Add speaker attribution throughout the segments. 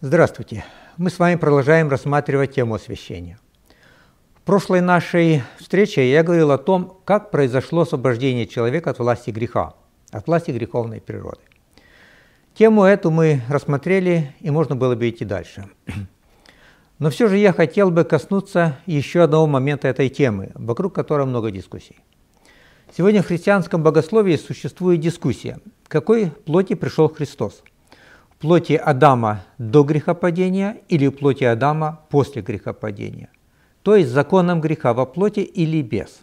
Speaker 1: Здравствуйте! Мы с вами продолжаем рассматривать тему освящения. В прошлой нашей встрече я говорил о том, как произошло освобождение человека от власти греха, от власти греховной природы. Тему эту мы рассмотрели, и можно было бы идти дальше. Но все же я хотел бы коснуться еще одного момента этой темы, вокруг которой много дискуссий. Сегодня в христианском богословии существует дискуссия, к какой плоти пришел Христос. В плоти Адама до грехопадения или в плоти Адама после грехопадения, то есть законом греха во плоти или без.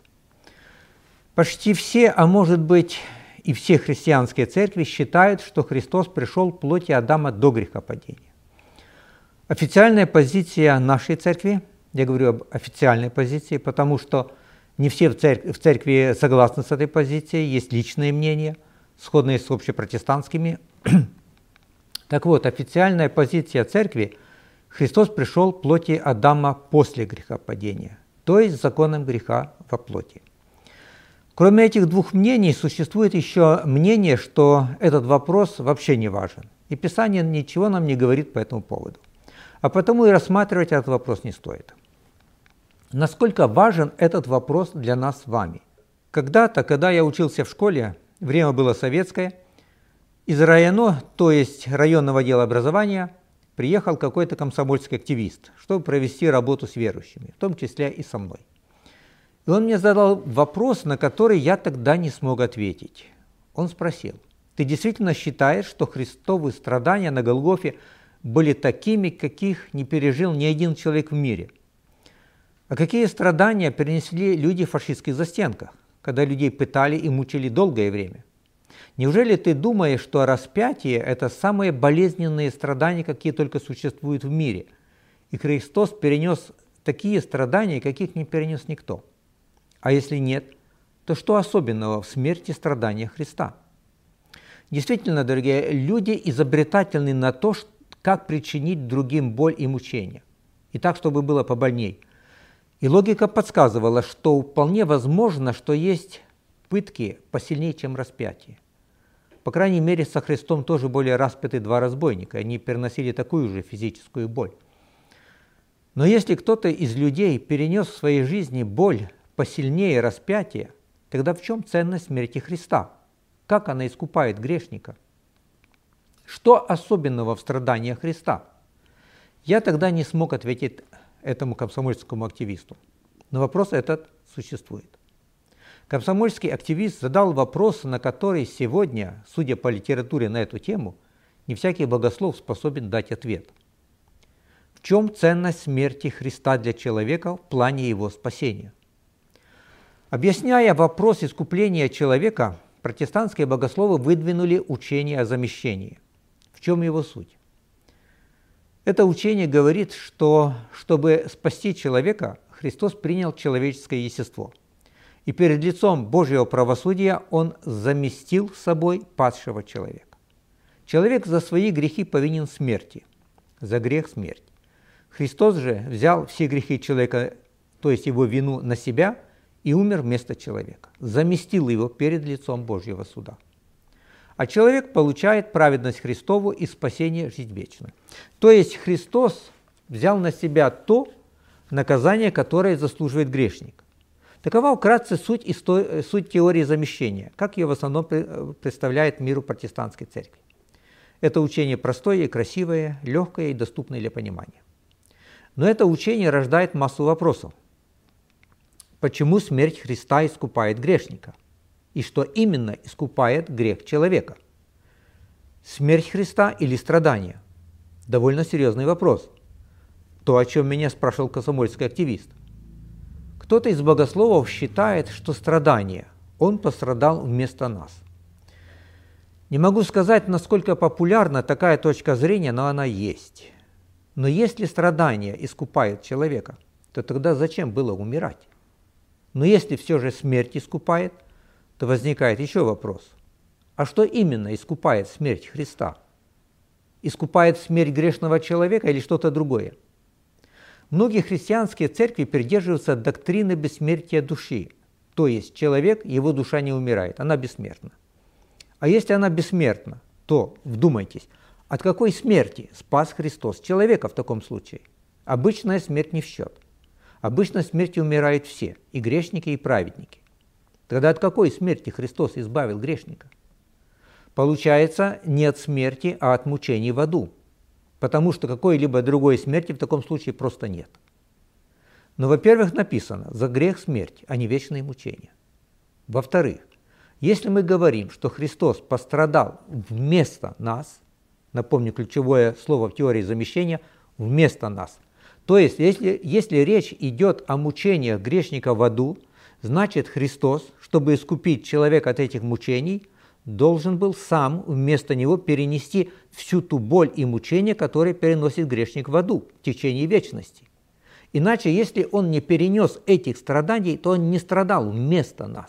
Speaker 1: Почти все, а может быть и все христианские церкви считают, что Христос пришел в плоти Адама до грехопадения. Официальная позиция нашей церкви, я говорю об официальной позиции, потому что не все в церкви согласны с этой позицией, есть личные мнения, сходные с общепротестантскими. Так вот, официальная позиция церкви – Христос пришел в плоти Адама после грехопадения, то есть законом греха во плоти. Кроме этих двух мнений, существует еще мнение, что этот вопрос вообще не важен, и Писание ничего нам не говорит по этому поводу. А потому и рассматривать этот вопрос не стоит. Насколько важен этот вопрос для нас с вами? Когда-то, когда я учился в школе, время было советское, из РайОНО, то есть районного отдела образования, приехал какой-то комсомольский активист, чтобы провести работу с верующими, в том числе и со мной. И он мне задал вопрос, на который я тогда не смог ответить. Он спросил: «Ты действительно считаешь, что Христовы страдания на Голгофе были такими, каких не пережил ни один человек в мире? А какие страдания перенесли люди в фашистских застенках, когда людей пытали и мучили долгое время? Неужели ты думаешь, что распятие – это самые болезненные страдания, какие только существуют в мире? И Христос перенес такие страдания, каких не перенес никто? А если нет, то что особенного в смерти и страданиях Христа?» Действительно, дорогие, люди изобретательны на то, как причинить другим боль и мучения, и так, чтобы было побольней. И логика подсказывала, что вполне возможно, что есть пытки посильнее, чем распятие. По крайней мере, со Христом тоже более распяты два разбойника, они переносили такую же физическую боль. Но если кто-то из людей перенес в своей жизни боль посильнее распятия, тогда в чем ценность смерти Христа? Как она искупает грешника? Что особенного в страданиях Христа? Я тогда не смог ответить этому комсомольскому активисту, но вопрос этот существует. Комсомольский активист задал вопрос, на который сегодня, судя по литературе на эту тему, не всякий богослов способен дать ответ. В чем ценность смерти Христа для человека в плане его спасения? Объясняя вопрос искупления человека, протестантские богословы выдвинули учение о замещении. В чем его суть? Это учение говорит, что, чтобы спасти человека, Христос принял человеческое естество. И перед лицом Божьего правосудия Он заместил собой падшего человека. Человек за свои грехи повинен смерти, за грех смерть. Христос же взял все грехи человека, то есть его вину, на себя и умер вместо человека, заместил его перед лицом Божьего суда. А человек получает праведность Христову и спасение жизнь вечную. То есть Христос взял на себя то наказание, которое заслуживает грешник. Такова вкратце суть теории замещения, как ее в основном представляет миру протестантской церкви. Это учение простое и красивое, легкое и доступное для понимания. Но это учение рождает массу вопросов. Почему смерть Христа искупает грешника? И что именно искупает грех человека? Смерть Христа или страдания? Довольно серьезный вопрос. То, о чем меня спрашивал комсомольский активист. Кто-то из богословов считает, что страдания. Он пострадал вместо нас. Не могу сказать, насколько популярна такая точка зрения, но она есть. Но если страдания искупают человека, то тогда зачем было умирать? Но если все же смерть искупает, то возникает еще вопрос. А что именно искупает смерть Христа? Искупает смерть грешного человека или что-то другое? Многие христианские церкви придерживаются доктрины бессмертия души, то есть человек, его душа не умирает, она бессмертна. А если она бессмертна, то, вдумайтесь, От какой смерти спас Христос человека в таком случае? Обычная смерть не в счет. Обычно смертью умирают все, и грешники, и праведники. Тогда от какой смерти Христос избавил грешника? Получается, не от смерти, а от мучений в аду, потому что какой-либо другой смерти в таком случае просто нет. Но, во-первых, написано «за грех смерть», а не вечные мучения. Во-вторых, если мы говорим, что Христос пострадал вместо нас, напомню, ключевое слово в теории замещения – вместо нас, то есть если речь идет о мучениях грешника в аду, значит Христос, чтобы искупить человека от этих мучений, должен был сам вместо него перенести всю ту боль и мучения, которые переносит грешник в аду в течение вечности. Иначе, если он не перенес этих страданий, то он не страдал вместо нас.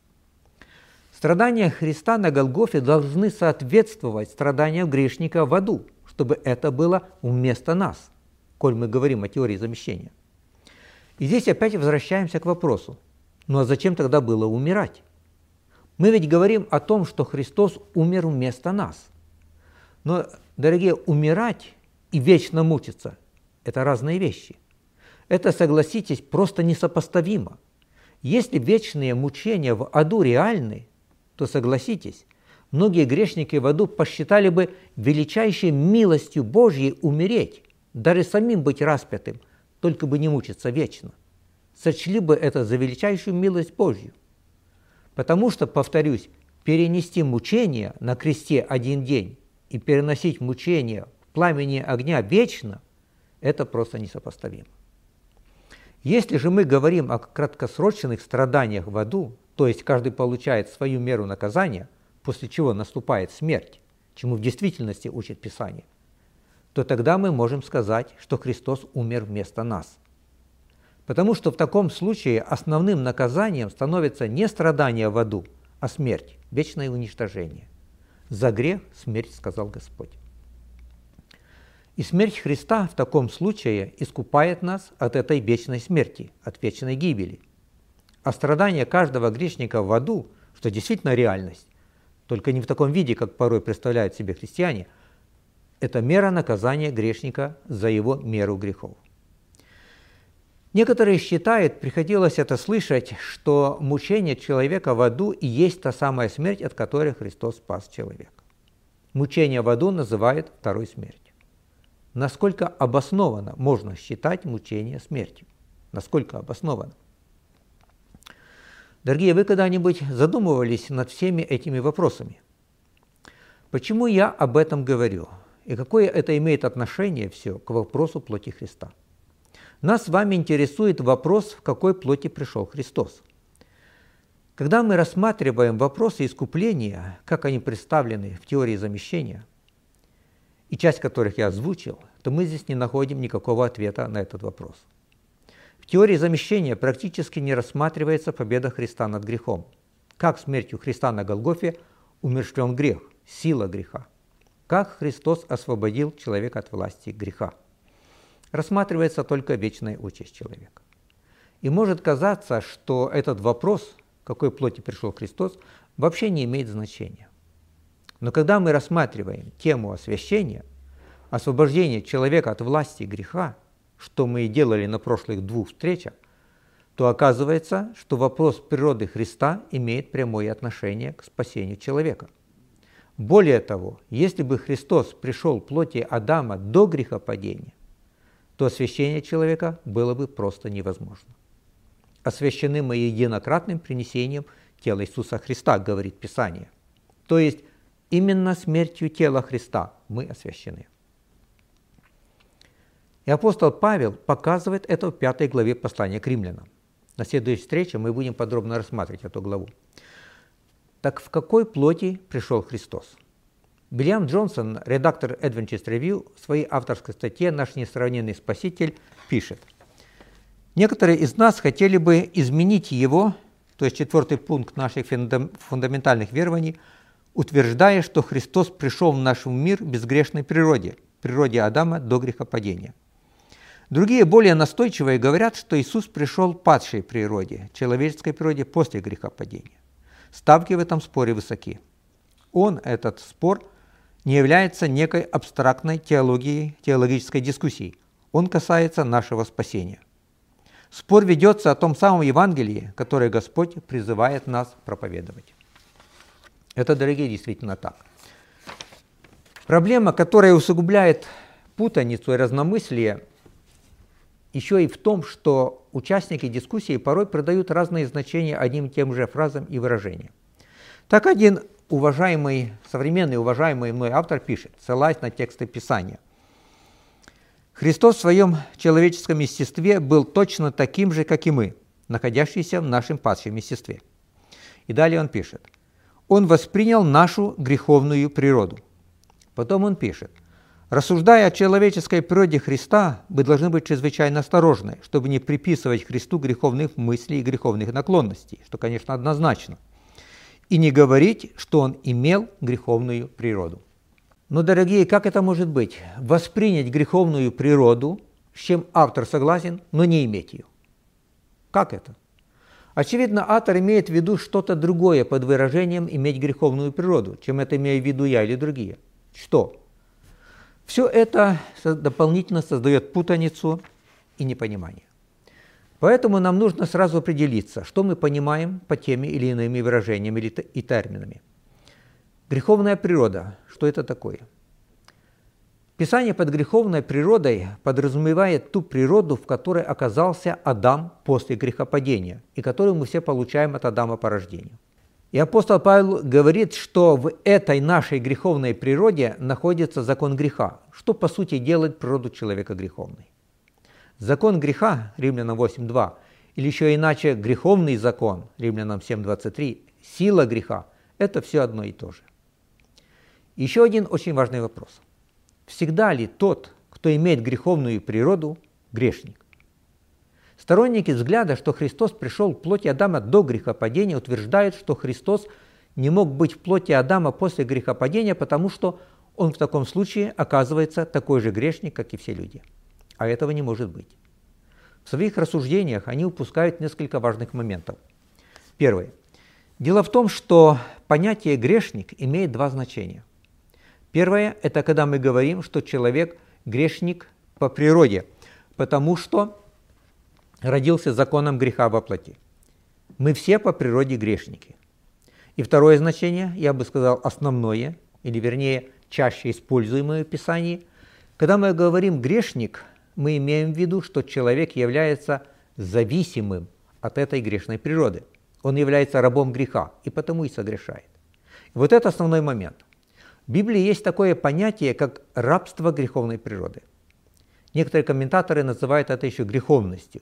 Speaker 1: Страдания Христа на Голгофе должны соответствовать страданиям грешника в аду, чтобы это было вместо нас, коль мы говорим о теории замещения. И здесь опять возвращаемся к вопросу, ну а зачем тогда было умирать? Мы ведь говорим о том, что Христос умер вместо нас. Но, дорогие, умирать и вечно мучиться – это разные вещи. Это, согласитесь, просто несопоставимо. Если вечные мучения в аду реальны, то, согласитесь, многие грешники в аду посчитали бы величайшей милостью Божьей умереть, даже самим быть распятым, только бы не мучиться вечно. Сочли бы это за величайшую милость Божью. Потому что, повторюсь, перенести мучения на кресте один день и переносить мучения в пламени огня вечно – это просто несопоставимо. Если же мы говорим о краткосрочных страданиях в аду, то есть каждый получает свою меру наказания, после чего наступает смерть, чему в действительности учит Писание, то тогда мы можем сказать, что Христос умер вместо нас. Потому что в таком случае основным наказанием становится не страдание в аду, а смерть, вечное уничтожение. «За грех смерть, сказал Господь». И смерть Христа в таком случае искупает нас от этой вечной смерти, от вечной гибели. А страдания каждого грешника в аду, что действительно реальность, только не в таком виде, как порой представляют себе христиане, это мера наказания грешника за его меру грехов. Некоторые считают, приходилось это слышать, что мучение человека в аду и есть та самая смерть, от которой Христос спас человека. Мучение в аду называют второй смертью. Насколько обоснованно можно считать мучение смертью? Насколько обоснованно? Дорогие, вы когда-нибудь задумывались над всеми этими вопросами? Почему я об этом говорю? И какое это имеет отношение все к вопросу плоти Христа? Нас с вами интересует вопрос, в какой плоти пришел Христос. Когда мы рассматриваем вопросы искупления, как они представлены в теории замещения, и часть которых я озвучил, то мы здесь не находим никакого ответа на этот вопрос. В теории замещения практически не рассматривается победа Христа над грехом. Как смертью Христа на Голгофе умерщвлен грех, сила греха. Как Христос освободил человека от власти греха. Рассматривается только вечная участь человека. И может казаться, что этот вопрос, в какой плоти пришел Христос, вообще не имеет значения. Но когда мы рассматриваем тему освящения, освобождения человека от власти греха, что мы и делали на прошлых 2 встречах, то оказывается, что вопрос природы Христа имеет прямое отношение к спасению человека. Более того, если бы Христос пришел в плоти Адама до грехопадения, то освящение человека было бы просто невозможно. Освящены мы единократным принесением тела Иисуса Христа, говорит Писание. То есть именно смертью тела Христа мы освящены. И апостол Павел показывает это в 5 главе послания к римлянам. На следующей встрече мы будем подробно рассматривать эту главу. Так в какой плоти пришел Христос? Вильям Джонсон, редактор Adventist Review, в своей авторской статье «Наш несравненный Спаситель» пишет: «Некоторые из нас хотели бы изменить его, то есть 4 пункт наших фундаментальных верований, утверждая, что Христос пришел в наш мир в безгрешной природе Адама до грехопадения. Другие, более настойчивые, говорят, что Иисус пришел в падшей природе, человеческой природе после грехопадения. Ставки в этом споре высоки. Этот спор не является некой абстрактной теологической дискуссией. Он касается нашего спасения. Спор ведется о том самом Евангелии, которое Господь призывает нас проповедовать. Это, дорогие, действительно так. Проблема, которая усугубляет путаницу и разномыслие, еще и в том, что участники дискуссии порой придают разные значения одним и тем же фразам и выражениям. Так один современный уважаемый мной автор пишет, ссылаясь на тексты Писания: «Христос в своем человеческом естестве был точно таким же, как и мы, находящиеся в нашем падшем естестве». И далее он пишет: «Он воспринял нашу греховную природу». Потом он пишет: «Рассуждая о человеческой природе Христа, вы должны быть чрезвычайно осторожны, чтобы не приписывать Христу греховных мыслей и греховных наклонностей», что, конечно, однозначно, «и не говорить, что Он имел греховную природу». Но, дорогие, как это может быть? Воспринять греховную природу, с чем автор согласен, но не иметь ее. Как это? Очевидно, автор имеет в виду что-то другое под выражением «иметь греховную природу», чем это имею в виду я или другие. Что? Все это дополнительно создает путаницу и непонимание. Поэтому нам нужно сразу определиться, что мы понимаем под теми или иными выражениями и терминами. Греховная природа. Что это такое? Писание под греховной природой подразумевает ту природу, в которой оказался Адам после грехопадения, и которую мы все получаем от Адама по рождению. И апостол Павел говорит, что в этой нашей греховной природе находится закон греха, что по сути делает природу человека греховной. Закон греха, Римлянам 8:2, или еще иначе греховный закон, Римлянам 7:23, сила греха – это все одно и то же. Еще один очень важный вопрос. Всегда ли тот, кто имеет греховную природу, грешник? Сторонники взгляда, что Христос пришел в плоти Адама до грехопадения, утверждают, что Христос не мог быть в плоти Адама после грехопадения, потому что он в таком случае оказывается такой же грешник, как и все люди. А этого не может быть. В своих рассуждениях они упускают несколько важных моментов. Первое. Дело в том, что понятие «грешник» имеет два значения. Первое – это когда мы говорим, что человек грешник по природе, потому что родился законом греха во плоти. Мы все по природе грешники. И второе значение, я бы сказал, основное, или вернее, чаще используемое в Писании, когда мы говорим «грешник», мы имеем в виду, что человек является зависимым от этой грешной природы. Он является рабом греха, и потому и согрешает. Вот это основной момент. В Библии есть такое понятие, как рабство греховной природы. Некоторые комментаторы называют это еще греховностью.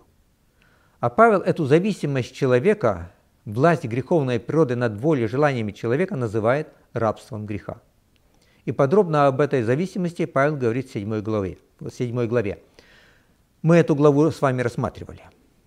Speaker 1: А Павел эту зависимость человека, власть греховной природы над волей и желаниями человека называет рабством греха. И подробно об этой зависимости Павел говорит в 7 главе. Мы эту главу с вами рассматривали.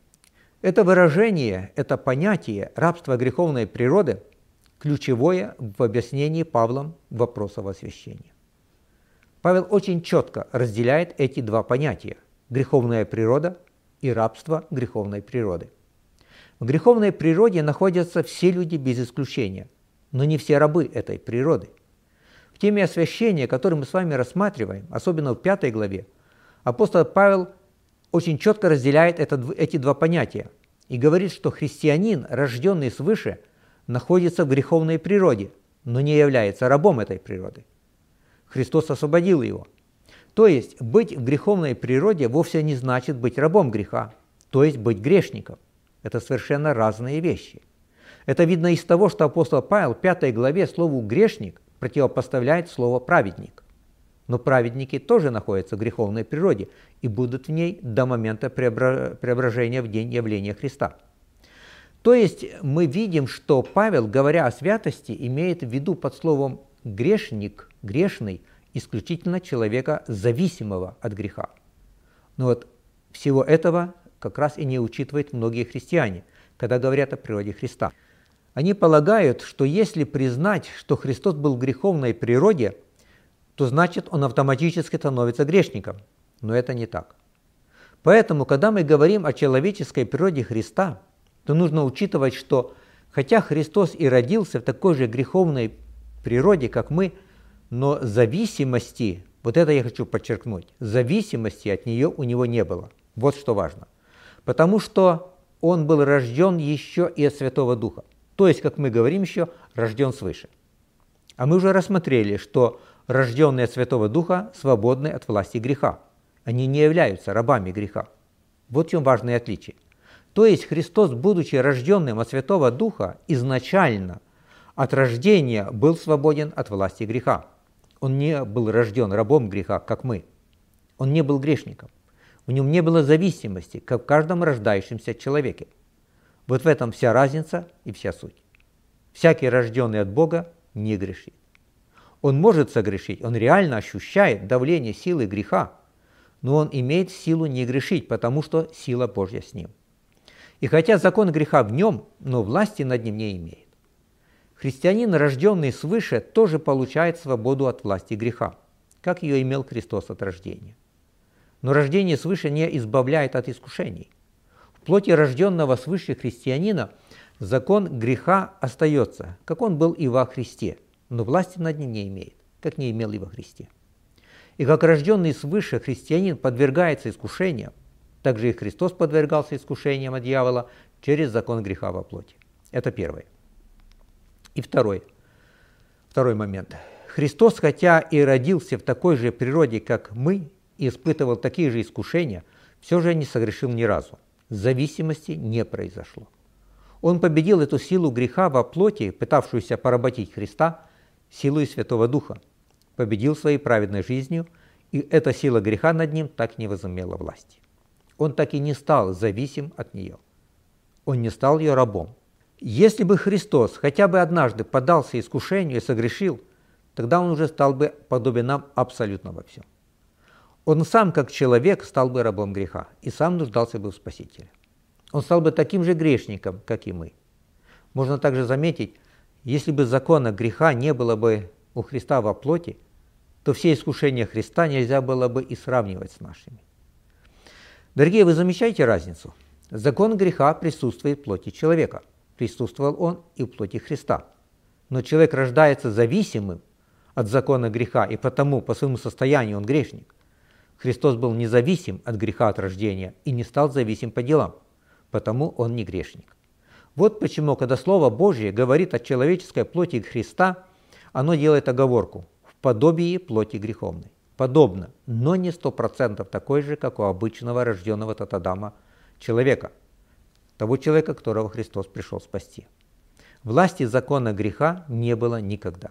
Speaker 1: Это выражение, это понятие рабства греховной природы ключевое в объяснении Павлом вопроса освящения. Павел очень четко разделяет эти два понятия – греховная природа и рабство греховной природы. В греховной природе находятся все люди без исключения, но не все рабы этой природы. В теме освящения, которую мы с вами рассматриваем, особенно в 5 главе, апостол Павел очень четко разделяет эти два понятия и говорит, что христианин, рожденный свыше, находится в греховной природе, но не является рабом этой природы. Христос освободил его. То есть быть в греховной природе вовсе не значит быть рабом греха, то есть быть грешником. Это совершенно разные вещи. Это видно из того, что апостол Павел в 5 главе слову «грешник» противопоставляет слово «праведник». Но праведники тоже находятся в греховной природе и будут в ней до момента преображения в день явления Христа. То есть мы видим, что Павел, говоря о святости, имеет в виду под словом «грешник», «грешный» исключительно человека, зависимого от греха. Но вот всего этого как раз и не учитывают многие христиане, когда говорят о природе Христа. Они полагают, что если признать, что Христос был в греховной природе, то значит он автоматически становится грешником. Но это не так. Поэтому, когда мы говорим о человеческой природе Христа, то нужно учитывать, что хотя Христос и родился в такой же греховной природе, как мы, Но зависимости, вот это я хочу подчеркнуть, зависимости от нее у него не было. Вот что важно. Потому что он был рожден еще и от Святого Духа. То есть, как мы говорим еще, рожден свыше. А мы уже рассмотрели, что рожденные от Святого Духа свободны от власти греха. Они не являются рабами греха. Вот в чем важное отличие. То есть Христос, будучи рожденным от Святого Духа, изначально от рождения был свободен от власти греха. Он не был рожден рабом греха, как мы. Он не был грешником. В нем не было зависимости, как в каждом рождающемся человеке. Вот в этом вся разница и вся суть. Всякий, рожденный от Бога, не грешит. Он может согрешить, он реально ощущает давление силы греха, но он имеет силу не грешить, потому что сила Божья с ним. И хотя закон греха в нем, но власти над ним не имеет. Христианин, рожденный свыше, тоже получает свободу от власти греха, как ее имел Христос от рождения. Но рождение свыше не избавляет от искушений. В плоти рожденного свыше христианина закон греха остается, как он был и во Христе, но власти над ним не имеет, как не имел и во Христе. И как рожденный свыше христианин подвергается искушениям, так же и Христос подвергался искушениям от дьявола через закон греха во плоти. Это первое. И второй момент. Христос, хотя и родился в такой же природе, как мы, и испытывал такие же искушения, все же не согрешил ни разу. Зависимости не произошло. Он победил эту силу греха во плоти, пытавшуюся поработить Христа, силой Святого Духа, победил своей праведной жизнью, и эта сила греха над ним так не возымела власти. Он так и не стал зависим от нее. Он не стал ее рабом. Если бы Христос хотя бы однажды поддался искушению и согрешил, тогда он уже стал бы подобен нам абсолютно во всем. Он сам, как человек, стал бы рабом греха и сам нуждался бы в Спасителе. Он стал бы таким же грешником, как и мы. Можно также заметить, если бы закона греха не было бы у Христа во плоти, то все искушения Христа нельзя было бы и сравнивать с нашими. Дорогие, вы замечаете разницу? Закон греха присутствует в плоти человека. Присутствовал он и в плоти Христа. Но человек рождается зависимым от закона греха, и потому по своему состоянию он грешник. Христос был независим от греха от рождения и не стал зависим по делам, потому он не грешник. Вот почему, когда Слово Божье говорит о человеческой плоти Христа, оно делает оговорку в подобии плоти греховной. Подобно, но не 100% такой же, как у обычного рожденного от Адама человека, того человека, которого Христос пришел спасти. Власти закона греха не было никогда.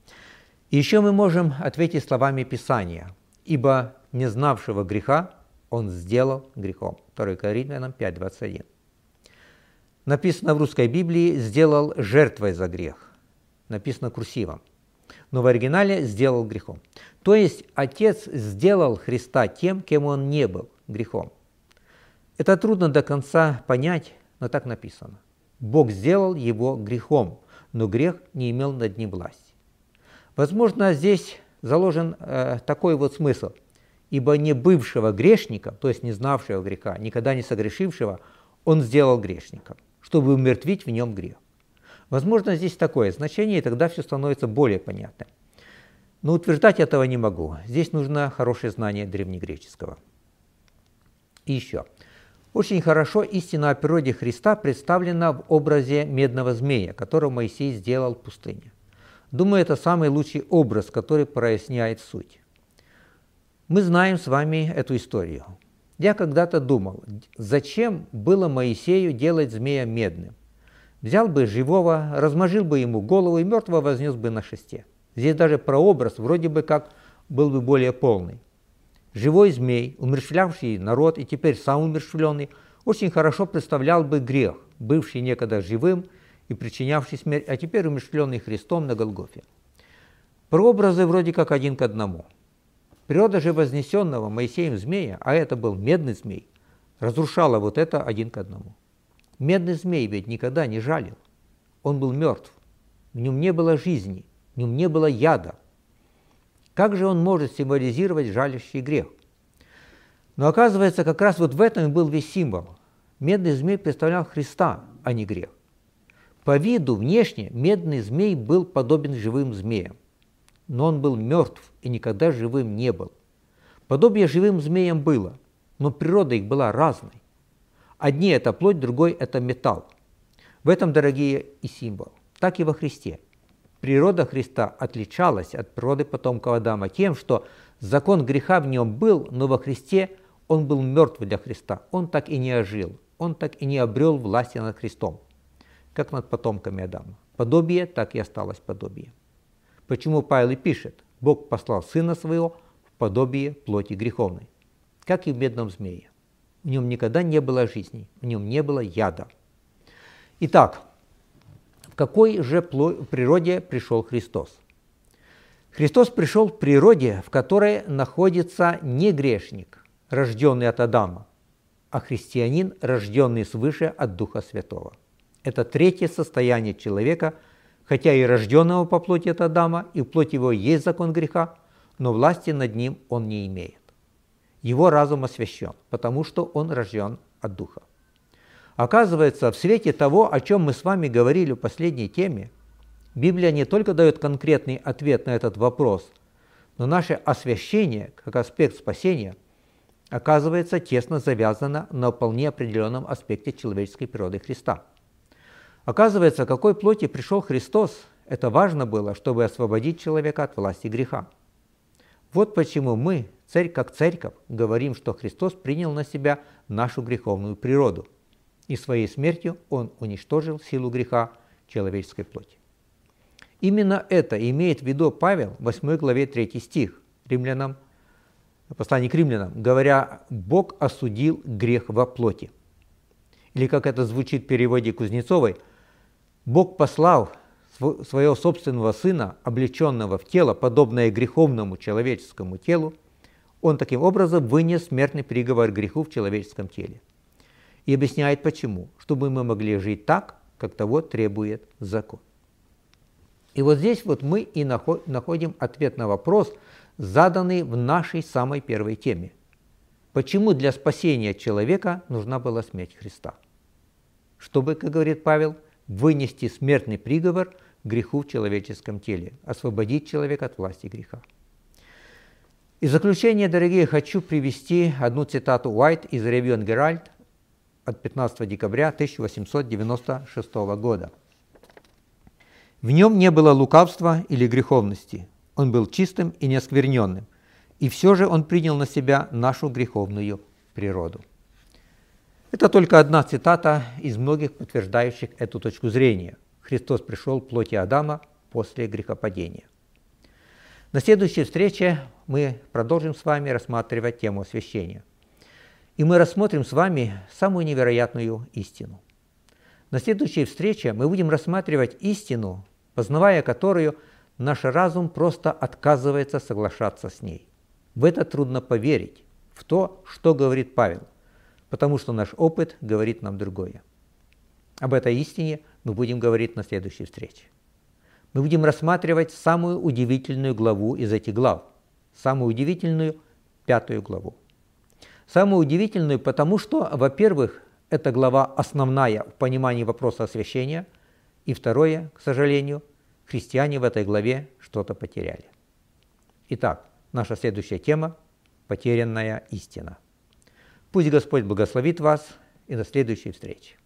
Speaker 1: И еще мы можем ответить словами Писания: «Ибо не знавшего греха он сделал грехом». 2 Коринфянам 5:21. Написано в русской Библии «сделал жертвой за грех». Написано курсивом. Но в оригинале «сделал грехом». То есть Отец сделал Христа тем, кем он не был, грехом. Это трудно до конца понять, но так написано. Бог сделал его грехом, но грех не имел над ним власти. Возможно, здесь заложен такой вот смысл. Ибо не бывшего грешника, то есть не знавшего греха, никогда не согрешившего, он сделал грешником, чтобы умертвить в нем грех. Возможно, здесь такое значение, и тогда все становится более понятным. Но утверждать этого не могу. Здесь нужно хорошее знание древнегреческого. И еще. Очень хорошо истина о природе Христа представлена в образе медного змея, которого Моисей сделал в пустыне. Думаю, это самый лучший образ, который проясняет суть. Мы знаем с вами эту историю. Я когда-то думал, зачем было Моисею делать змея медным? Взял бы живого, размажил бы ему голову и мертвого вознес бы на шесте. Здесь даже прообраз вроде бы как был бы более полный. Живой змей, умерщвлявший народ и теперь сам умерщвленный, очень хорошо представлял бы грех, бывший некогда живым и причинявший смерть, а теперь умерщвленный Христом на Голгофе. Прообразы вроде как один к одному. Природа же вознесенного Моисеем змея, а это был медный змей, разрушала вот это один к одному. Медный змей ведь никогда не жалил. Он был мертв. В нем не было жизни, в нем не было яда. Как же он может символизировать жалящий грех? Но оказывается, как раз вот в этом и был весь символ. Медный змей представлял Христа, а не грех. По виду, внешне, медный змей был подобен живым змеям. но он был мертв и никогда живым не был. Подобие живым змеям было, но природа их была разной. Одни – это плоть, другой – это металл. В этом, дорогие, и символ. Так и во Христе. Природа Христа отличалась от природы потомков Адама тем, что закон греха в нем был, но во Христе он был мертв для Христа. Он так и не ожил, он так и не обрел власти над Христом, как над потомками Адама. Подобие так и осталось подобие. Почему Павел и пишет: Бог послал Сына Своего в подобие плоти греховной, как и в медном змее. В нем никогда не было жизни, в нем не было яда. Итак, в какой же природе пришел Христос? Христос пришел в природе, в которой находится не грешник, рожденный от Адама, а христианин, рожденный свыше от Духа Святого. Это третье состояние человека, хотя и рожденного по плоти от Адама, и в плоти его есть закон греха, но власти над ним он не имеет. Его разум освящен, потому что он рожден от Духа. Оказывается, в свете того, о чем мы с вами говорили в последней теме, Библия не только дает конкретный ответ на этот вопрос, но наше освящение, как аспект спасения, оказывается тесно завязано на вполне определенном аспекте человеческой природы Христа. Оказывается, какой плоти пришел Христос, это важно было, чтобы освободить человека от власти греха. Вот почему мы, как церковь, говорим, что Христос принял на себя нашу греховную природу, и своей смертью Он уничтожил силу греха человеческой плоти. Именно это имеет в виду Павел в 8 главе 3 стих послание к римлянам, говоря: «Бог осудил грех во плоти». Или, как это звучит в переводе Кузнецовой, «Бог послал своего собственного Сына, облеченного в тело, подобное греховному человеческому телу, Он таким образом вынес смертный приговор греху в человеческом теле». И объясняет почему. Чтобы мы могли жить так, как того требует закон. И вот здесь вот мы и находим ответ на вопрос, заданный в нашей самой первой теме. Почему для спасения человека нужна была смерть Христа? Чтобы, как говорит Павел, вынести смертный приговор греху в человеческом теле, освободить человека от власти греха. И в заключение, дорогие, хочу привести одну цитату Уайт из Review and Herald от 15 декабря 1896 года. «В нем не было лукавства или греховности. Он был чистым и неоскверненным, и все же он принял на себя нашу греховную природу». Это только одна цитата из многих, подтверждающих эту точку зрения. Христос пришел в плоти Адама после грехопадения. На следующей встрече мы продолжим с вами рассматривать тему освящения. И мы рассмотрим с вами самую невероятную истину. На следующей встрече мы будем рассматривать истину, познавая которую наш разум просто отказывается соглашаться с ней. В это трудно поверить, в то, что говорит Павел, потому что наш опыт говорит нам другое. Об этой истине мы будем говорить на следующей встрече. Мы будем рассматривать самую удивительную главу из этих глав, самую удивительную 5 главу. Самую удивительную, потому что, во-первых, эта глава основная в понимании вопроса освящения, и второе, к сожалению, христиане в этой главе что-то потеряли. Итак, наша следующая тема – потерянная истина. Пусть Господь благословит вас и до следующей встречи.